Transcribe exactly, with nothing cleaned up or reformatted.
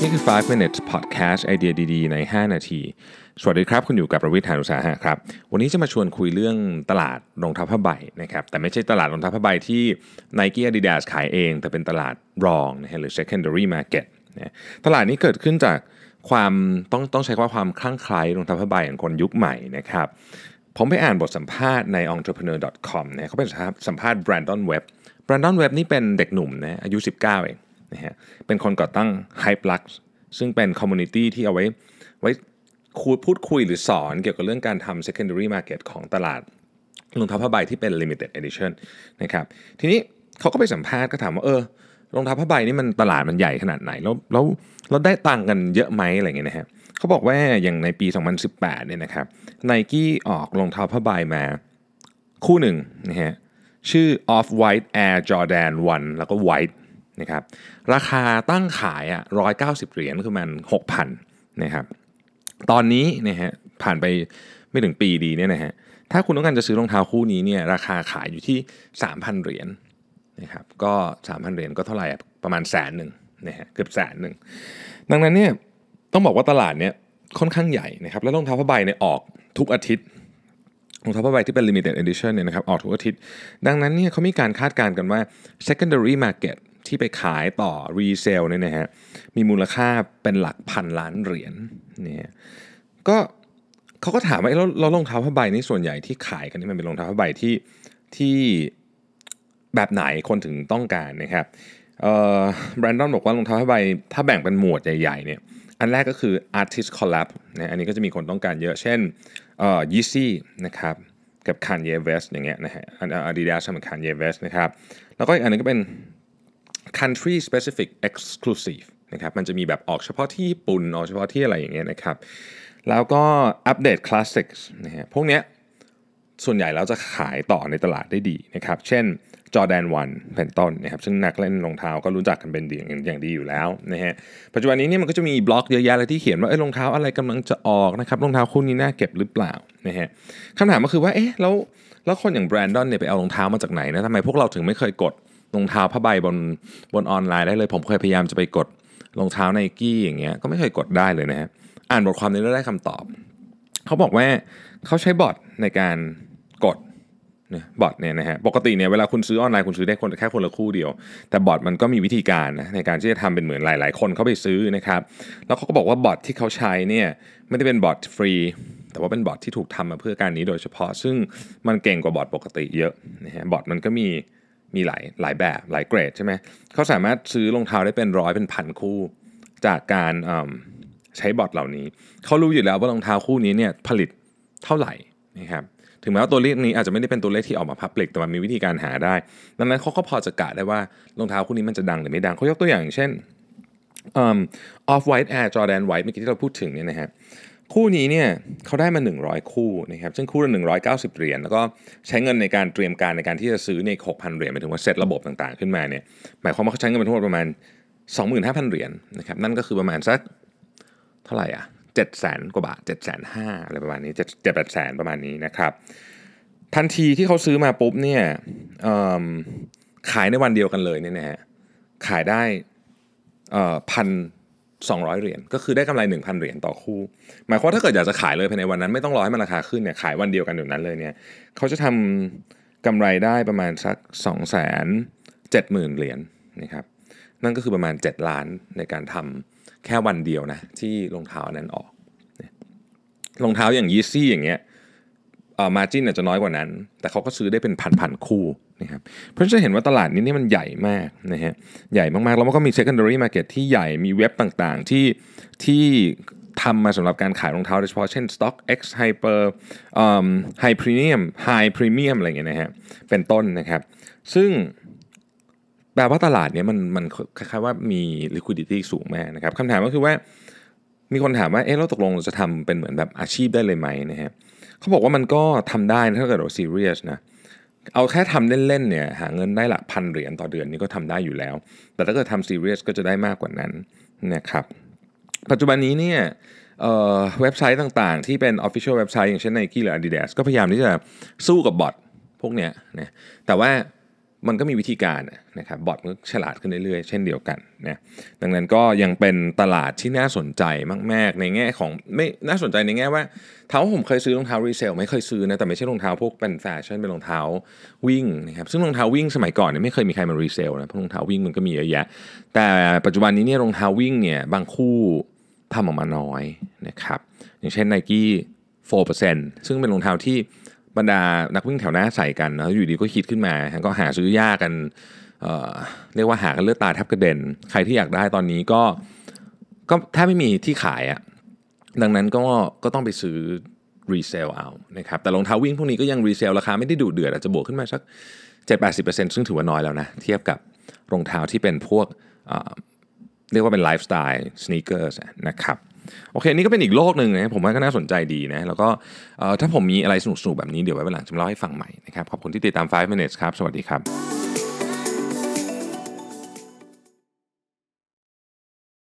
นี่คือไฟว์ minutes podcast ไอเดียดีๆในห้านาทีสวัสดีครับคุณอยู่กับประวิทย์ หาญอุตสาหะครับวันนี้จะมาชวนคุยเรื่องตลาดรองเท้าผ้าใบนะครับแต่ไม่ใช่ตลาดรองเท้าผ้าใบที่ Nike Adidas ขายเองแต่เป็นตลาดรองนะฮะหรือ secondary market นะตลาดนี้เกิดขึ้นจากความต้องต้องใช้ว่าความคลั่งไคล้รองเท้าผ้าใบของคนยุคใหม่นะครับผมไปอ่านบทสัมภาษณ์ใน entrepreneur ดอท คอม นะเขาเป็นสัมภาษณ์ Brandon Webb Brandon Webb นี่เป็นเด็กหนุ่มนะอายุสิบเก้าเองนะฮะเป็นคนก่อตั้ง Hypelux ซึ่งเป็นคอมมูนิตี้ที่เอาไว้ไว้คุยพูดคุยหรือสอนเกี่ยวกับเรื่องการทำ secondary market ของตลาดรองเท้าผ้าใบที่เป็น limited edition นะครับทีนี้เขาก็ไปสัมภาษณ์ก็ถามว่าเออรองเท้าผ้าใบนี่มันตลาดมันใหญ่ขนาดไหนแล้วแล้วเราได้ตังค์กันเยอะไหมอะไรเงี้ยนะฮะเขาบอกว่าอย่างในปีสองพันสิบแปดเนี่ยนะครับ Nike ออกรองเท้าผ้าใบมาคู่หนึ่งนะฮะชื่อ Off White Air Jordan วัน แล้วก็ White นะครับราคาตั้งขายอ่ะหนึ่งร้อยเก้าสิบเหรียญคือมัน หกพัน นะครับตอนนี้นะฮะผ่านไปไม่ถึงปีดีเนี่ยนะฮะถ้าคุณต้องการจะซื้อรองเท้าคู่นี้เนี่ยราคาขายอยู่ที่ สามพัน เหรียญนะครับก็ สามพัน เหรียญก็เท่าไหร่ประมาณแสนหนึ่งนะฮะเกือบแสนหนึ่งดังนั้นเนี่ยต้องบอกว่าตลาดเนี่ยค่อนข้างใหญ่นะครับแล้วรองเท้าผ้าใบเนี่ยออกทุกอาทิตย์รองเท้าผ้าใบที่เป็น limited edition เนี่ยนะครับออกทุกอาทิตย์ดังนั้นเนี่ยเขามีการคาดการณ์กันว่า secondary market ที่ไปขายต่อ resale เนี่ยนะฮะมีมูลค่าเป็นหลักพันล้านเหรียญเนี่ยก็เขาก็ถามว่าแล้วแล้วรองเท้าผ้าใบนี่ส่วนใหญ่ที่ขายกันนี่มันเป็นรองเท้าผ้าใบที่ที่แบบไหนคนถึงต้องการนะครับเอ่อแบรนดอนบอกว่ารองเท้าผ้าใบถ้าแบ่งเป็นหมวดใหญ่ๆเนี่ยอันแรกก็คือ artist collab นะอันนี้ก็จะมีคนต้องการเยอะเช่นเอ่อ Yeezy นะครับกับ Kanye West อย่างเงี้ยนะฮะ Adidas กับ Kanye West นะครับแล้วก็อีกอันนึงก็เป็น country specific exclusive นะครับมันจะมีแบบออกเฉพาะที่ญี่ปุ่นออกเฉพาะที่อะไรอย่างเงี้ยนะครับแล้วก็อัปเดต classics นะฮะพวกเนี้ยส่วนใหญ่แล้วจะขายต่อในตลาดได้ดีนะครับเช่น Jordan วันเป็นต้นนะครับซึ่งนักเล่นรองเท้าก็รู้จักกันเป็นดีอย่างดีอยู่แล้วนะฮะปัจจุบันนี้เนี่ยมันก็จะมีบล็อกเยอะแยะเลยที่เขียนว่าเอ้ยรองเท้าอะไรกำลังจะออกนะครับรองเท้าคู่นี้น่าเก็บหรือเปล่านะฮะคำถามก็คือว่าเอ๊ะแล้วแล้วคนอย่างแบรนดอนเนี่ยไปเอารองเท้ามาจากไหนนะทำไมพวกเราถึงไม่เคยกดรองเท้าผ้าใบบนบนออนไลน์ได้เลยผมเคยพยายามจะไปกดรองเท้า Nike อย่างเงี้ยก็ไม่เคยกดได้เลยนะฮะอ่านบทความนี้แล้วได้คำตอบเขาบอกว่าเขาใช้บอทในการกดนะบอทเนี่ยนะฮะปกติเนี่ยเวลาคุณซื้อออนไลน์คุณซื้อได้คนแค่คนละคู่เดียวแต่บอทมันก็มีวิธีการนะในการที่จะทำเป็นเหมือนหลายๆคนเข้าไปซื้อนะครับแล้วเขาก็บอกว่าบอทที่เขาใช้เนี่ยไม่ได้เป็นบอทฟรีแต่ว่าเป็นบอทที่ถูกทำมาเพื่อการนี้โดยเฉพาะซึ่งมันเก่งกว่าบอทปกติเยอะนะฮะบอทมันก็มีมีหลายหลายแบบหลายเกรดใช่ไหมเขาสามารถซื้อรองเท้าได้เป็นร้อยเป็นพันคู่จากการใช้บอทเหล่านี้เขารู้อยู่แล้วว่ารองเท้าคู่นี้เนี่ยผลิตเท่าไหร่นะครับถึงแม้ว่าตัวเลขนี้อาจจะไม่ได้เป็นตัวเลขที่ออกมาพับลิกแต่มันมีวิธีการหาได้ดังนั้นเขาก็พอจะกะได้ว่ารองเท้าคู่นี้มันจะดังหรือไม่ดังเขายกตัวอย่างเช่น um, Off White Air Jordan White เมื่อกี้ที่เราพูดถึงเนี่ยนะฮะคู่นี้เนี่ยเขาได้มาหนึ่งร้อยคู่นะครับซึ่งคู่ละหนึ่งร้อยเก้าสิบเหรียญแล้วก็ใช้เงินในการเตรียมการในการที่จะซื้อใน หกพัน เหรียญหมายถึงว่าเซตระบบต่างๆขึ้นมาเนี่ยหมายความว่าเขาใช้เงินไปทั้งหมดประมาณ สองหมื่นห้าพัน เหรียญนะครับนั่นก็คือประมาณสักเท่าไหร่อ่ะเจ็ดแสนกว่าบาท เจ็ดแสนห้าหมื่น อะไรประมาณนี้เจ็ด เจ็ด แปดแสนประมาณนี้นะครับทันทีที่เขาซื้อมาปุ๊บเนี่ยขายในวันเดียวกันเลยเนี่ยนะฮะขายได้เอ่อพันสองร้อยเหรียญก็คือได้กำไร หนึ่งพัน เหรียญต่อคู่หมายความว่าถ้าเกิดอยากจะขายเลยภายในวันนั้นไม่ต้องรอให้มันราคาขึ้นเนี่ยขายวันเดียวกันอยู่นั้นเลยเนี่ยเขาจะทำกำไรได้ประมาณสัก สองแสนเจ็ดหมื่น เหรียญนะครับนั่นก็คือประมาณเจ็ดล้านในการทำแค่วันเดียวนะที่รองเท้านั้นออกรองเท้าอย่าง Yeezy อย่างเงี้ยเอ่อ margin อาจจะน้อยกว่านั้นแต่เขาก็ซื้อได้เป็นพันๆคู่นะครับเพราะฉะนั้นจะเห็นว่าตลาดนี้นี่มันใหญ่มากนะฮะใหญ่มากๆแล้วมันก็มี secondary market ที่ใหญ่มีเว็บต่างๆที่ที่ทำมาสำหรับการขายรองเท้าโดยเฉพาะเช่น StockX Hyper เอ่อ High Premium High Premium อะไรอย่างเงี้ยนะฮะเป็นต้นนะครับซึ่งแปลว่าตลาดเนี้ยมันมันคล้ายๆว่ามี liquidity สูงมากนะครับคำถามก็คือว่ามีคนถามว่าเอ๊ะเราตกลงจะทำเป็นเหมือนแบบอาชีพได้เลยไหมนะฮะเขาบอกว่ามันก็ทำได้ถ้าเกิดเรา serious นะเอาแค่ทำเล่นๆเนี่ยหาเงินได้หลักพันเหรียญต่อเดือนนี่ก็ทำได้อยู่แล้วแต่ถ้าเกิดทำ serious ก็จะได้มากกว่านั้นนะครับปัจจุบันนี้เนี่ยเอ่อเว็บไซต์ต่างๆที่เป็น official เว็บไซต์อย่างเช่น Nike หรือ Adidas ก็พยายามที่จะสู้กับบอทพวกเนี้ยนะแต่ว่ามันก็มีวิธีการนะครับบอทมันฉลาดขึ้นเรื่อยๆเช่นเดียวกันนะดังนั้นก็ยังเป็นตลาดที่น่าสนใจมากๆในแง่ของไม่น่าสนใจในแง่ว่าถามว่าผมเคยซื้อรองเท้ารีเซลไม่เคยซื้อนะแต่ไม่ใช่รองเท้าพวกเป็นแฟชั่นเป็นรองเท้าวิ่งนะครับซึ่งรองเท้าวิ่งสมัยก่อนเนี่ยไม่เคยมีใครมารีเซลนะเพราะรองเท้าวิ่งมันก็มีเยอะแยะแต่ปัจจุบันนี้เนี่ยรองเท้าวิ่งเนี่ยบางคู่ทำออกมาน้อยนะครับอย่างเช่น Nike โฟร์เปอร์เซ็นต์ ซึ่งเป็นรองเท้าที่บรรดานักวิ่งแถวหน้าใส่กันแล้วอยู่ดีก็คิดขึ้นมาก็หาซื้อยากกันเอ่อเรียกว่าหากันเลือดตาแทบกระเด็นใครที่อยากได้ตอนนี้ก็ก็แทบไม่มีที่ขายอ่ะดังนั้นก็ก็ต้องไปซื้อรีเซลเอานะครับแต่รองเท้าวิ่งพวกนี้ก็ยังรีเซลราคาไม่ได้ดุเดือดอาจจะบวกขึ้นมาสัก เจ็ดถึงแปดสิบเปอร์เซ็นต์ ซึ่งถือว่าน้อยแล้วนะเทียบกับรองเท้าที่เป็นพวกเอ่อเรียกว่าเป็นไลฟ์สไตล์สนีกเกอร์สนะครับโอเคนี่ก็เป็นอีกโลกหนึ่งนะผมว่าก็น่าสนใจดีนะแล้วก็ถ้าผมมีอะไรสนุกๆแบบนี้เดี๋ยวไว้วันหลังจะมาเล่าให้ฟังใหม่นะครับขอบคุณที่ติดตามไฟว์ minutes ครับสวัสดีครับ